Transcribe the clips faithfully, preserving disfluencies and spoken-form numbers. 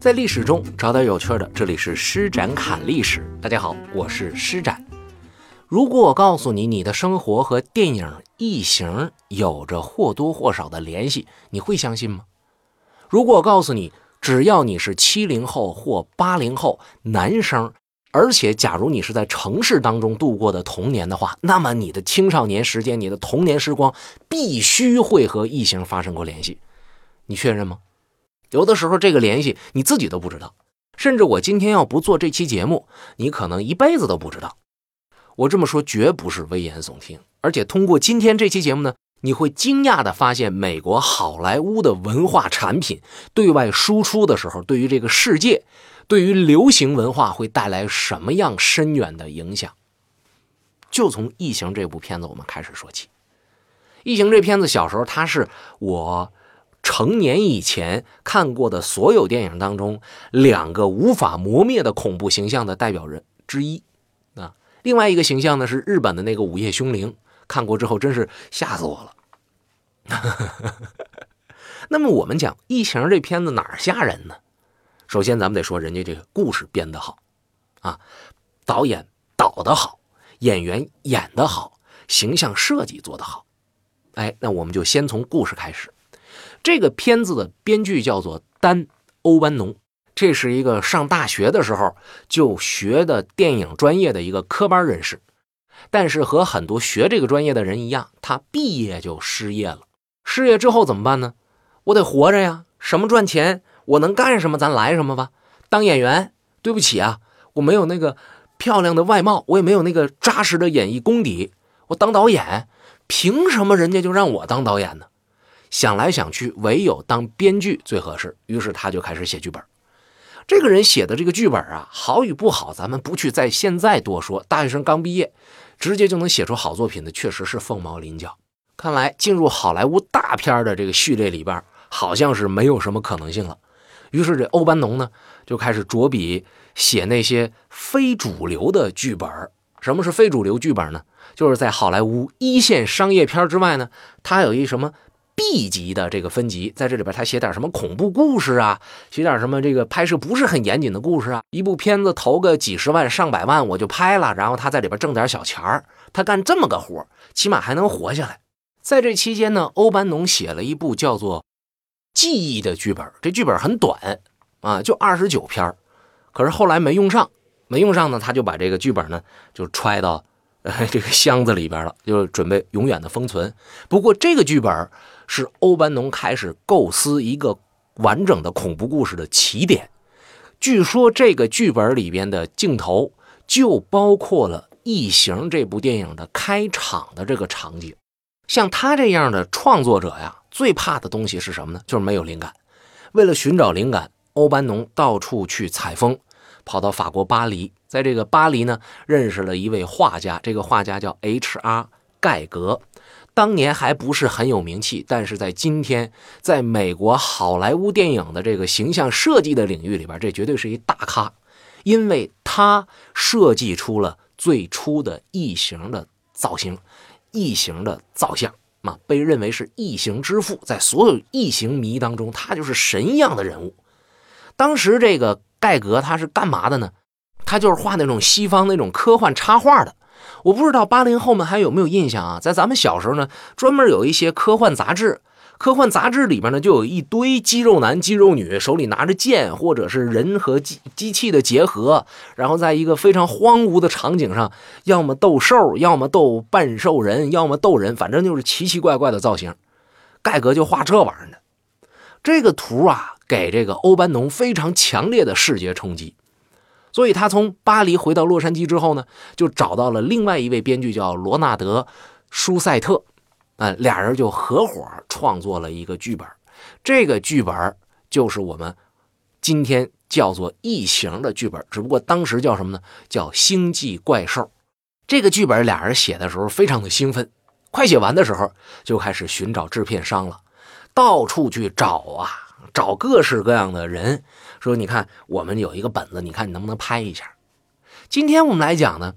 在历史中找点有趣的，这里是施展侃历史。大家好，我是施展。如果我告诉你，你的生活和电影《异形》有着或多或少的联系，你会相信吗？如果我告诉你，只要你是七零后或八零后男生，而且假如你是在城市当中度过的童年的话，那么你的青少年时间，你的童年时光必须会和异形发生过联系，你确认吗？有的时候这个联系你自己都不知道，甚至我今天要不做这期节目，你可能一辈子都不知道。我这么说绝不是危言耸听，而且通过今天这期节目呢，你会惊讶地发现美国好莱坞的文化产品对外输出的时候，对于这个世界，对于流行文化会带来什么样深远的影响。就从《异形》这部片子我们开始说起。《异形》这片子小时候它是我成年以前看过的所有电影当中两个无法磨灭的恐怖形象的代表人之一啊。另外一个形象呢是日本的那个午夜凶铃，看过之后真是吓死我了。那么我们讲《异形》这片子哪儿吓人呢？首先咱们得说人家这个故事编得好啊，导演导得好，演员演得好，形象设计做得好。哎，那我们就先从故事开始。这个片子的编剧叫做丹·欧班农，这是一个上大学的时候就学的电影专业的一个科班人士，但是和很多学这个专业的人一样，他毕业就失业了。失业之后怎么办呢？我得活着呀，什么赚钱我能干什么咱来什么吧。当演员，对不起啊，我没有那个漂亮的外貌，我也没有那个扎实的演绎功底，我当导演，凭什么人家就让我当导演呢？想来想去，唯有当编剧最合适，于是他就开始写剧本。这个人写的这个剧本啊，好与不好咱们不去在现在多说，大学生刚毕业直接就能写出好作品的确实是凤毛麟角。看来进入好莱坞大片的这个序列里边好像是没有什么可能性了。于是这欧班农呢就开始着笔写那些非主流的剧本。什么是非主流剧本呢？就是在好莱坞一线商业片之外呢，他有一什么B 级的这个分级，在这里边他写点什么恐怖故事啊，写点什么这个拍摄不是很严谨的故事啊，一部片子投个几十万上百万我就拍了，然后他在里边挣点小钱儿，他干这么个活起码还能活下来。在这期间呢，欧班农写了一部叫做《记忆》的剧本，这剧本很短啊，就二十九篇，可是后来没用上，没用上呢，他就把这个剧本呢就揣到呃这个箱子里边了，就准备永远的封存。不过这个剧本是欧班农开始构思一个完整的恐怖故事的起点。据说这个剧本里边的镜头就包括了《异形》这部电影的开场的这个场景。像他这样的创作者呀，最怕的东西是什么呢？就是没有灵感。为了寻找灵感，欧班农到处去采风，跑到法国巴黎，在这个巴黎呢认识了一位画家，这个画家叫 H R 盖格，当年还不是很有名气，但是在今天在美国好莱坞电影的这个形象设计的领域里边，这绝对是一大咖，因为他设计出了最初的异形的造型，异形的造像啊，被认为是异形之父，在所有异形迷当中他就是神一样的人物。当时这个盖格他是干嘛的呢？他就是画那种西方那种科幻插画的。我不知道八零后们还有没有印象啊？在咱们小时候呢，专门有一些科幻杂志，科幻杂志里边呢就有一堆肌肉男肌肉女，手里拿着剑，或者是人和机机器的结合，然后在一个非常荒芜的场景上，要么斗兽，要么斗半兽人，要么斗人，反正就是奇奇怪怪的造型。盖格就画这玩意儿的。这个图啊，给这个欧班农非常强烈的视觉冲击。所以他从巴黎回到洛杉矶之后呢，就找到了另外一位编剧叫罗纳德·舒塞特，呃，俩人就合伙创作了一个剧本。这个剧本就是我们今天叫做《异形》的剧本，只不过当时叫什么呢？叫《星际怪兽》。这个剧本俩人写的时候非常的兴奋，快写完的时候就开始寻找制片商了，到处去找啊，找各式各样的人，说你看我们有一个本子，你看你能不能拍一下。今天我们来讲呢，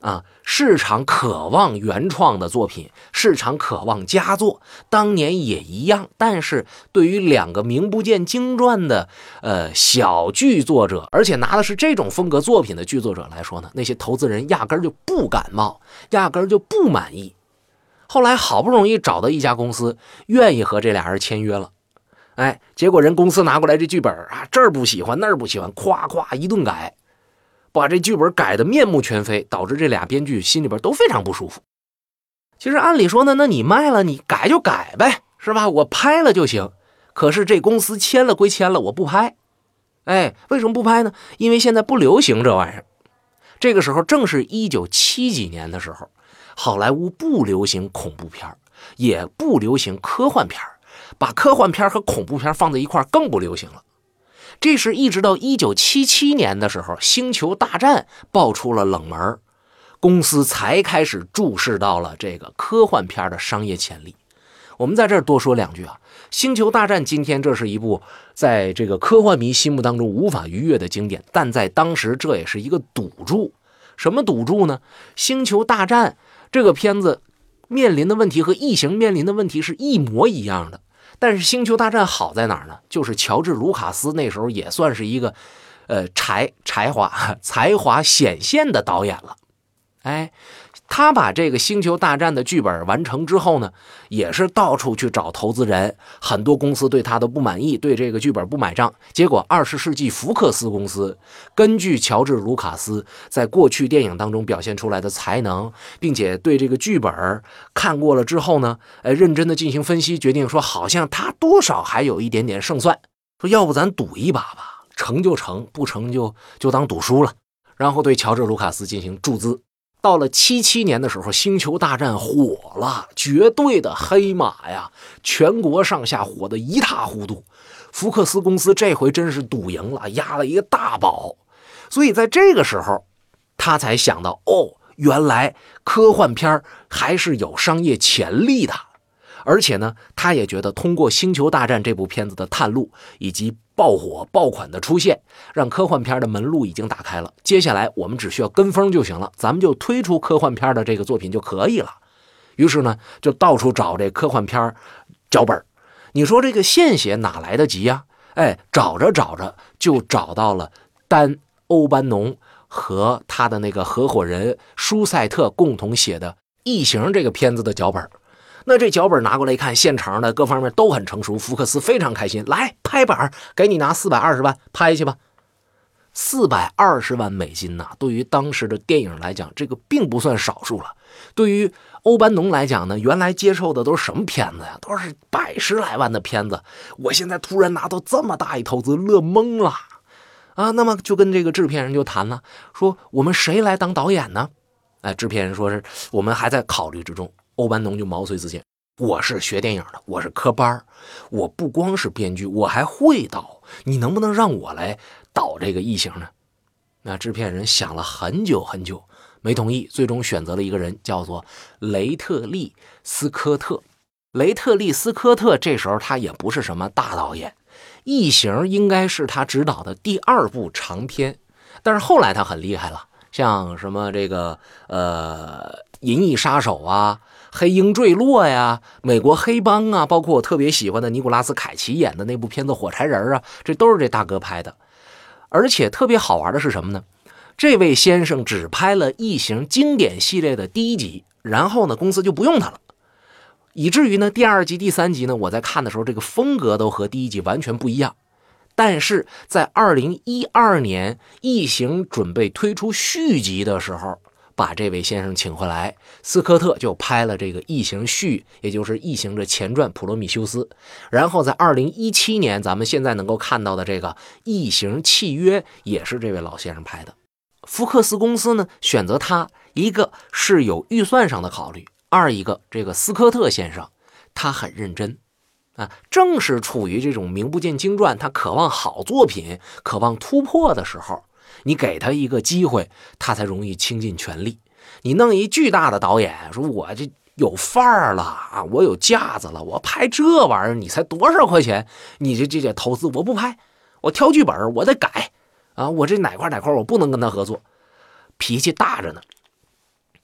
啊，市场渴望原创的作品，市场渴望佳作，当年也一样。但是对于两个名不见经传的呃小剧作者，而且拿的是这种风格作品的剧作者来说呢，那些投资人压根儿就不感冒，压根儿就不满意。后来好不容易找到一家公司愿意和这俩人签约了，哎，结果人公司拿过来这剧本啊，这儿不喜欢那儿不喜欢，夸夸一顿改，把这剧本改得面目全非，导致这俩编剧心里边都非常不舒服。其实按理说呢，那你卖了你改就改呗，是吧？我拍了就行。可是这公司签了归签了，我不拍。哎，为什么不拍呢？因为现在不流行这玩意儿。这个时候正是一九七几年的时候，好莱坞不流行恐怖片，也不流行科幻片，把科幻片和恐怖片放在一块更不流行了。这是一直到一九七七年的时候，星球大战爆出了冷门，公司才开始注视到了这个科幻片的商业潜力。我们在这儿多说两句啊，星球大战今天这是一部在这个科幻迷心目当中无法逾越的经典，但在当时这也是一个赌注。什么赌注呢？星球大战这个片子面临的问题和异形面临的问题是一模一样的，但是星球大战好在哪儿呢？就是乔治·卢卡斯那时候也算是一个呃才才华才华显现的导演了。哎，他把这个星球大战的剧本完成之后呢，也是到处去找投资人，很多公司对他都不满意，对这个剧本不买账。结果二十世纪福克斯公司根据乔治·卢卡斯在过去电影当中表现出来的才能，并且对这个剧本看过了之后呢，呃，认真的进行分析，决定说好像他多少还有一点点胜算，说要不咱赌一把吧，成就成，不成就就当赌输了。然后对乔治·卢卡斯进行注资。到了七七年的时候，星球大战火了，绝对的黑马呀，全国上下火得一塌糊涂。福克斯公司这回真是赌赢了，押了一个大宝。所以在这个时候他才想到，哦，原来科幻片还是有商业潜力的。而且呢，他也觉得通过星球大战这部片子的探路以及爆火爆款的出现，让科幻片的门路已经打开了，接下来我们只需要跟风就行了，咱们就推出科幻片的这个作品就可以了。于是呢，就到处找这科幻片脚本。你说这个现写哪来得及呀？哎，找着找着就找到了丹·欧班农和他的那个合伙人舒赛特共同写的《异形》这个片子的脚本。那这脚本拿过来一看，现场的各方面都很成熟，福克斯非常开心，来拍板，给你拿四百二十万拍去吧。四百二十万美金呐、啊，对于当时的电影来讲，这个并不算少数了。对于欧班农来讲呢，原来接受的都是什么片子呀？都是百十来万的片子，我现在突然拿到这么大一投资，乐懵了啊！那么就跟这个制片人就谈了，说我们谁来当导演呢？哎，制片人说是我们还在考虑之中。欧班农就毛遂自荐，我是学电影的，我是科班，我不光是编剧，我还会导，你能不能让我来导这个异形呢？那制片人想了很久很久，没同意，最终选择了一个人，叫做雷特利·斯科特。雷特利·斯科特这时候他也不是什么大导演，异形应该是他执导的第二部长片，但是后来他很厉害了，像什么这个呃银翼杀手啊，黑鹰坠落呀，美国黑帮啊，包括我特别喜欢的尼古拉斯凯奇演的那部片子火柴人啊，这都是这大哥拍的。而且特别好玩的是什么呢？这位先生只拍了异形经典系列的第一集，然后呢公司就不用他了，以至于呢第二集第三集呢我在看的时候，这个风格都和第一集完全不一样。但是在二零一二年异形准备推出续集的时候，把这位先生请回来，斯科特就拍了这个异形续，也就是异形的前传普罗米修斯。然后在二零一七年咱们现在能够看到的这个异形契约也是这位老先生拍的。福克斯公司呢选择他，一个是有预算上的考虑，二一个这个斯科特先生他很认真啊，正是处于这种名不见经传，他渴望好作品，渴望突破的时候，你给他一个机会，他才容易倾尽全力。你弄一巨大的导演说我这有范儿了啊，我有架子了，我拍这玩意儿你才多少块钱，你这这这投资我不拍，我挑剧本我得改啊，我这哪块哪块我不能跟他合作，脾气大着呢。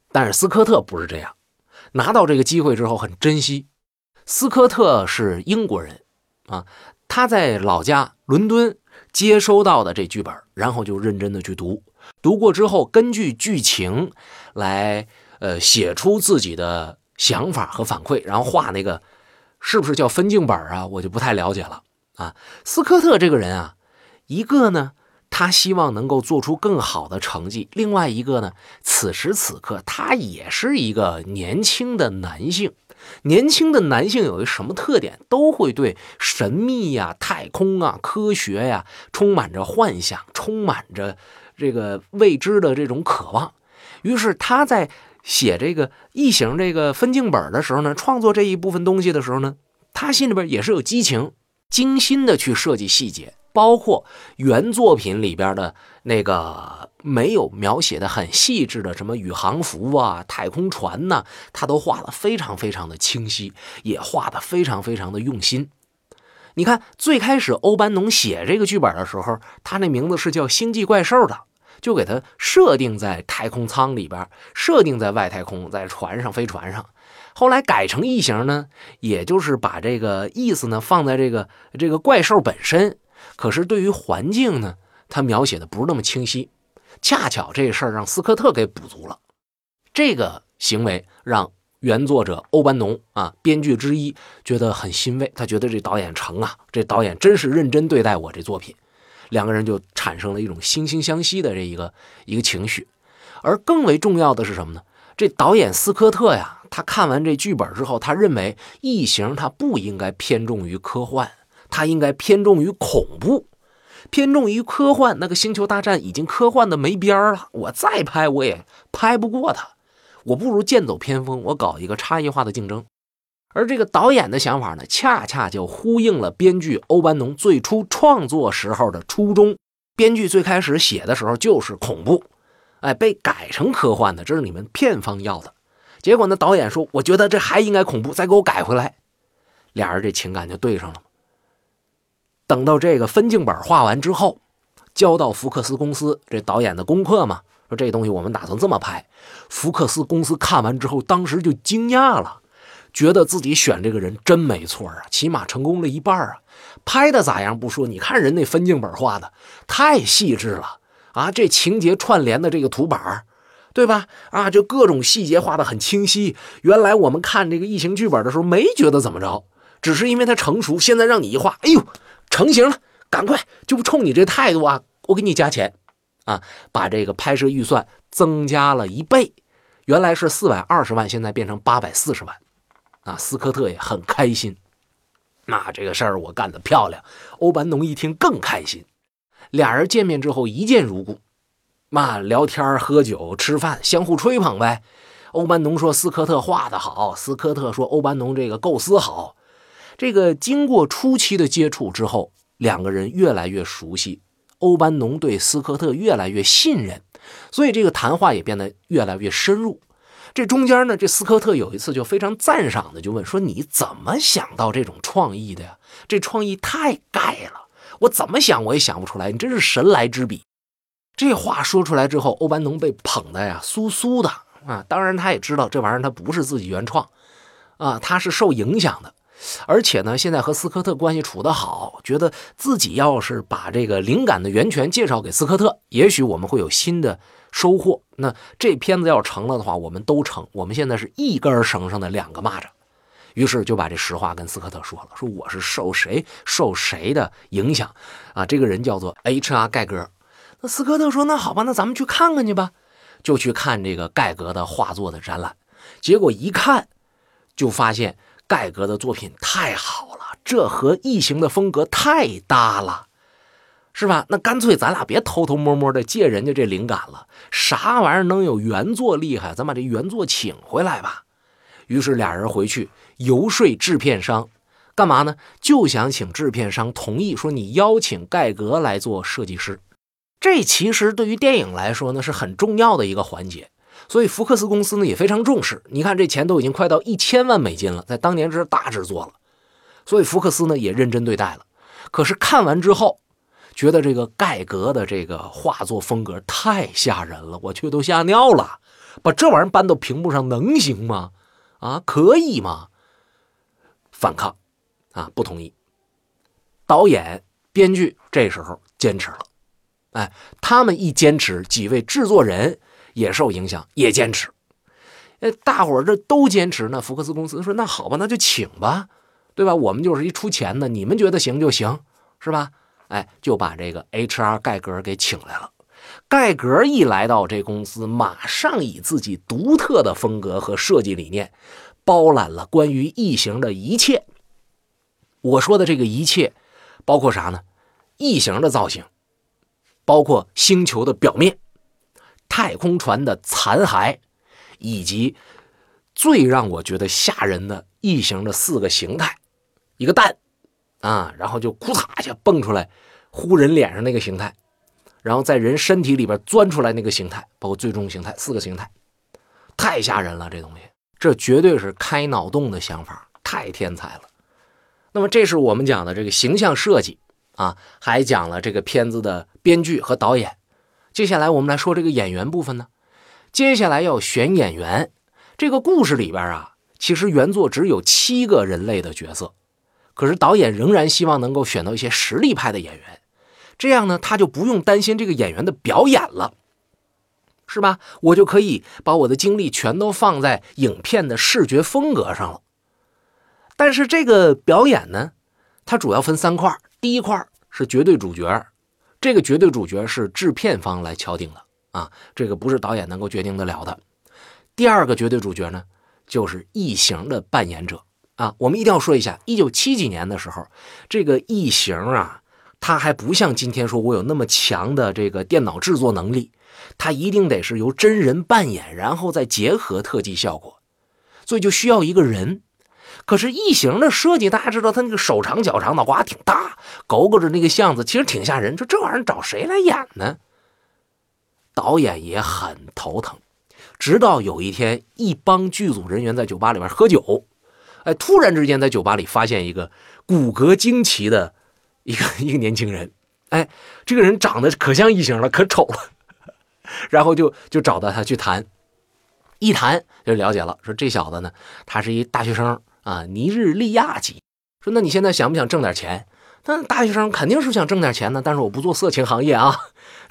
但是斯科特不是这样，拿到这个机会之后很珍惜。斯科特是英国人啊，他在老家伦敦接收到的这剧本，然后就认真的去读，读过之后根据剧情来呃写出自己的想法和反馈，然后画那个是不是叫分镜本啊，我就不太了解了啊。斯科特这个人啊，一个呢他希望能够做出更好的成绩，另外一个呢，此时此刻他也是一个年轻的男性。年轻的男性有一个什么特点？都会对神秘呀、太空啊、科学呀充满着幻想，充满着这个未知的这种渴望。于是他在写这个异形这个分镜本的时候呢，创作这一部分东西的时候呢，他心里边也是有激情，精心的去设计细节，包括原作品里边的那个没有描写的很细致的什么宇航服啊、太空船呐、啊，他都画得非常非常的清晰，也画得非常非常的用心。你看最开始欧班农写这个剧本的时候，他那名字是叫星际怪兽的，就给他设定在太空舱里边，设定在外太空，在船上飞船上。后来改成异形呢，也就是把这个意思呢放在这个这个怪兽本身，可是对于环境呢，他描写的不是那么清晰。恰巧这事儿让斯科特给补足了，这个行为让原作者欧班农啊，编剧之一觉得很欣慰，他觉得这导演成啊，这导演真是认真对待我这作品，两个人就产生了一种惺惺相惜的这一个一个情绪。而更为重要的是什么呢？这导演斯科特呀，他看完这剧本之后，他认为异形他不应该偏重于科幻，他应该偏重于恐怖。偏重于科幻，那个星球大战已经科幻的没边了，我再拍我也拍不过他，我不如剑走偏锋，我搞一个差异化的竞争。而这个导演的想法呢，恰恰就呼应了编剧欧班农最初创作时候的初衷。编剧最开始写的时候就是恐怖，哎，被改成科幻的，这是你们片方要的。结果呢，导演说我觉得这还应该恐怖，再给我改回来，俩人这情感就对上了。等到这个分镜本画完之后，交到福克斯公司，这导演的功课嘛，说这东西我们打算这么拍。福克斯公司看完之后，当时就惊讶了，觉得自己选这个人真没错啊，起码成功了一半啊。拍的咋样不说，你看人那分镜本画的太细致了啊，这情节串联的这个图板，对吧？啊，就各种细节画得很清晰。原来我们看这个异形剧本的时候没觉得怎么着，只是因为它成熟，现在让你一画，哎呦，成型了，赶快就不冲你这态度啊，我给你加钱啊，把这个拍摄预算增加了一倍，原来是四百二十万，现在变成八百四十万啊。斯科特也很开心，那这个事儿我干得漂亮。欧班农一听更开心，俩人见面之后一见如故，嘛聊天喝酒吃饭相互吹捧呗。欧班农说斯科特画得好，斯科特说欧班农这个构思好。这个经过初期的接触之后，两个人越来越熟悉，欧班农对斯科特越来越信任，所以这个谈话也变得越来越深入。这中间呢，这斯科特有一次就非常赞赏的就问说，你怎么想到这种创意的呀？这创意太盖了，我怎么想我也想不出来，你真是神来之笔。这话说出来之后，欧班农被捧的呀酥酥的啊，当然他也知道这玩意儿他不是自己原创啊，他是受影响的。而且呢，现在和斯科特关系处得好，觉得自己要是把这个灵感的源泉介绍给斯科特，也许我们会有新的收获。那这片子要成了的话，我们都成。我们现在是一根绳上的两个蚂蚱。于是就把这实话跟斯科特说了，说我是受谁受谁的影响啊？这个人叫做 H R 盖格。那斯科特说，那好吧，那咱们去看看去吧。就去看这个盖格的画作的展览。结果一看，就发现盖格的作品太好了，这和异形的风格太搭了，是吧？那干脆咱俩别偷偷摸摸的借人家这灵感了，啥玩意儿能有原作厉害，咱把这原作请回来吧。于是俩人回去游说制片商，干嘛呢？就想请制片商同意说你邀请盖格来做设计师。这其实对于电影来说呢是很重要的一个环节。所以福克斯公司呢也非常重视，你看这钱都已经快到一千万美金了，在当年这是大制作了，所以福克斯呢也认真对待了。可是看完之后，觉得这个盖格的这个画作风格太吓人了，我去都吓尿了。 把这玩意儿搬到屏幕上能行吗？啊，可以吗？反抗啊，不同意。导演、编剧这时候坚持了，哎，他们一坚持，几位制作人也受影响，也坚持。呃，大伙儿这都坚持呢，福克斯公司说那好吧，那就请吧，对吧？我们就是一出钱的，你们觉得行就行，是吧？哎，就把这个 H R 盖格给请来了。盖格一来到这公司，马上以自己独特的风格和设计理念，包揽了关于异形的一切。我说的这个一切，包括啥呢？异形的造型，包括星球的表面，太空船的残骸，以及最让我觉得吓人的异形的四个形态。一个蛋啊，然后就库嚓一下蹦出来，呼人脸上那个形态，然后在人身体里边钻出来那个形态，包括最终形态，四个形态，太吓人了，这东西，这绝对是开脑洞的想法，太天才了。那么这是我们讲的这个形象设计啊，还讲了这个片子的编剧和导演。接下来我们来说这个演员部分呢。接下来要选演员。这个故事里边啊，其实原作只有七个人类的角色，可是导演仍然希望能够选到一些实力派的演员，这样呢，他就不用担心这个演员的表演了，是吧？我就可以把我的精力全都放在影片的视觉风格上了。但是这个表演呢，它主要分三块。第一块是绝对主角，这个绝对主角是制片方来敲定的啊，这个不是导演能够决定得了的。第二个绝对主角呢，就是异形的扮演者啊。我们一定要说一下，一九七几年的时候，这个异形啊，它还不像今天说我有那么强的这个电脑制作能力，它一定得是由真人扮演，然后再结合特技效果，所以就需要一个人。可是异形的设计，大家知道他那个手长脚长，脑瓜挺大，勾勾着那个巷子，其实挺吓人。就这玩意儿找谁来演呢？导演也很头疼。直到有一天，一帮剧组人员在酒吧里边喝酒，哎，突然之间在酒吧里发现一个骨骼惊奇的一个一个年轻人，哎，这个人长得可像异形了，可丑了，然后就就找到他去谈，一谈就了解了，说这小子呢，他是一大学生啊，尼日利亚籍。说那你现在想不想挣点钱？那大学生肯定是想挣点钱呢，但是我不做色情行业啊。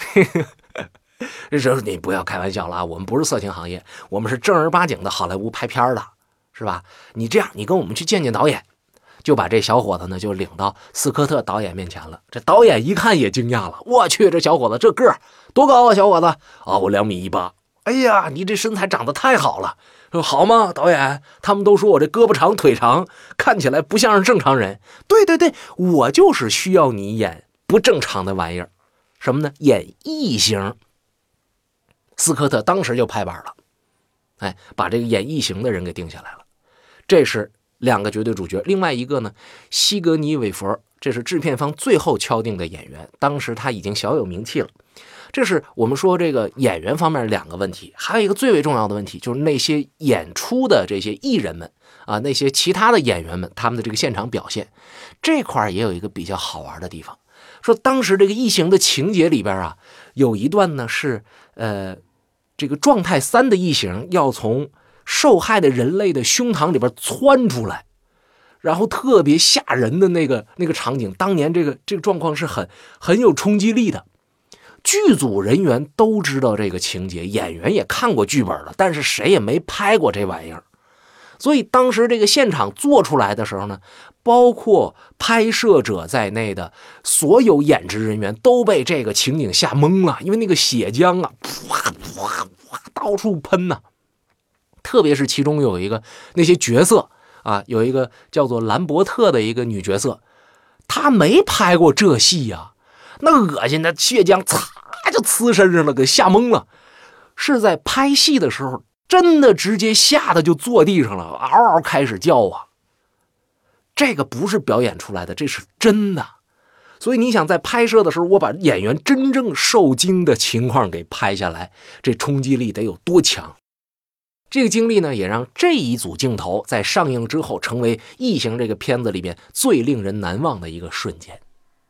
这时候你不要开玩笑了啊，我们不是色情行业，我们是正儿八经的好莱坞拍片的，是吧？你这样，你跟我们去见见导演，就把这小伙子呢就领到斯科特导演面前了。这导演一看也惊讶了，我去，这小伙子这个多高啊，小伙子啊，我两米一八。哎呀，你这身材长得太好了。说好吗，导演？他们都说我这胳膊长腿长，看起来不像是正常人。对对对，我就是需要你演不正常的玩意儿，什么呢？演异形。斯科特当时就拍板了，哎，把这个演异形的人给定下来了。这是两个绝对主角，另外一个呢，西格尼·韦佛，这是制片方最后敲定的演员，当时他已经小有名气了。这是我们说这个演员方面两个问题，还有一个最为重要的问题，就是那些演出的这些艺人们啊，那些其他的演员们，他们的这个现场表现，这块也有一个比较好玩的地方。说当时这个异形的情节里边啊，有一段呢是呃。这个状态三的异形要从受害的人类的胸膛里边窜出来，然后特别吓人的那个那个场景，当年这个这个状况是很很有冲击力的。剧组人员都知道这个情节，演员也看过剧本了，但是谁也没拍过这玩意儿。所以当时这个现场做出来的时候呢，包括拍摄者在内的所有演职人员都被这个情景吓懵了，因为那个血浆啊，哗哗哗到处喷呐、啊。特别是其中有一个那些角色啊，有一个叫做兰伯特的一个女角色，她没拍过这戏呀、啊，那恶心的血浆擦就呲身上了，给吓懵了。是在拍戏的时候。真的直接吓得就坐地上了，嗷嗷开始叫啊！这个不是表演出来的，这是真的。所以你想在拍摄的时候，我把演员真正受惊的情况给拍下来，这冲击力得有多强？这个经历呢，也让这一组镜头在上映之后成为《异形》这个片子里边最令人难忘的一个瞬间。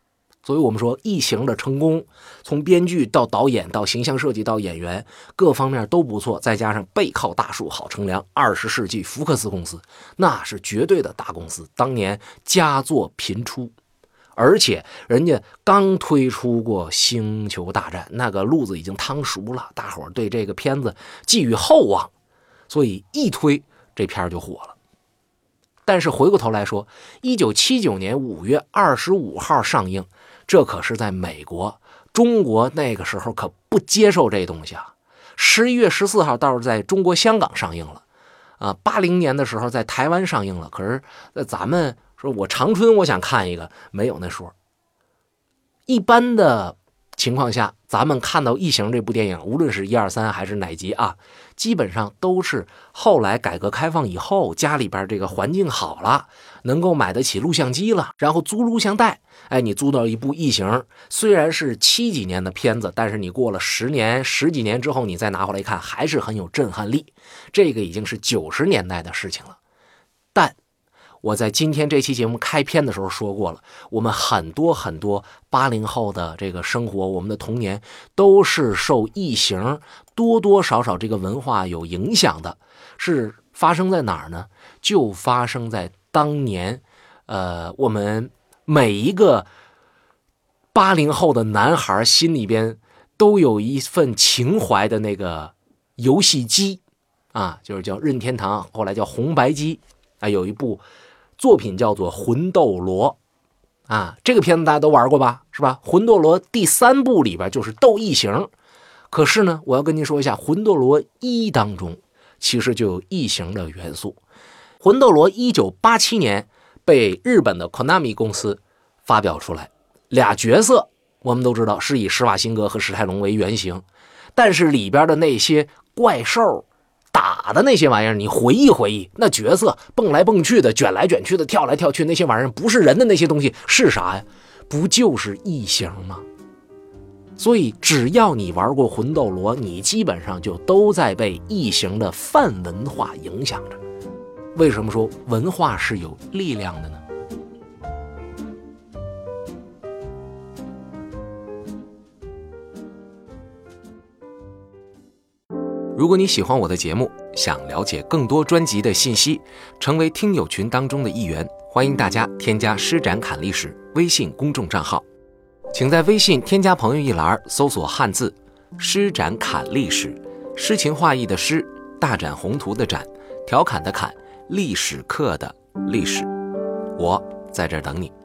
所以我们说异形的成功，从编剧到导演到形象设计到演员，各方面都不错，再加上背靠大树好乘凉，二十世纪福克斯公司那是绝对的大公司，当年佳作频出，而且人家刚推出过星球大战，那个路子已经趟熟了，大伙儿对这个片子寄予厚望，所以一推这片就火了。但是回过头来说，一九七九年五月二十五号上映，这可是在美国，中国那个时候可不接受这东西啊。十一月十四号倒是在中国香港上映了，啊，八零年的时候在台湾上映了，可是咱们说我长春我想看一个，没有那说。一般的情况下，咱们看到《异形》这部电影，无论是一二三还是哪集啊，基本上都是后来改革开放以后，家里边这个环境好了，能够买得起录像机了，然后租录像带，哎，你租到一部《异形》，虽然是七几年的片子，但是你过了十年、十几年之后，你再拿回来看，还是很有震撼力。这个已经是九十年代的事情了，但我在今天这期节目开篇的时候说过了，我们很多很多八零后的这个生活，我们的童年都是受异形多多少少这个文化有影响的，是发生在哪儿呢？就发生在当年，呃，我们每一个八零后的男孩心里边都有一份情怀的那个游戏机啊，就是叫任天堂，后来叫红白机啊，有一部作品叫做《魂斗罗》啊，这个片子大家都玩过吧，是吧？《魂斗罗》第三部里边就是斗异形，可是呢，我要跟您说一下，《魂斗罗一》当中其实就有异形的元素。《魂斗罗》一九八七年被日本的 Konami 公司发表出来，俩角色我们都知道是以施瓦辛格和史泰龙为原型，但是里边的那些怪兽打的那些玩意儿，你回忆回忆，那角色蹦来蹦去的，卷来卷去的，跳来跳去，那些玩意儿不是人的那些东西是啥呀？不就是异形吗？所以只要你玩过魂斗罗，你基本上就都在被异形的泛文化影响着。为什么说文化是有力量的呢？如果你喜欢我的节目，想了解更多专辑的信息，成为听友群当中的一员，欢迎大家添加施展侃历史微信公众账号，请在微信添加朋友一栏搜索汉字施展侃历史，诗情画意的诗，大展宏图的展，调侃的侃，历史课的历史，我在这儿等你。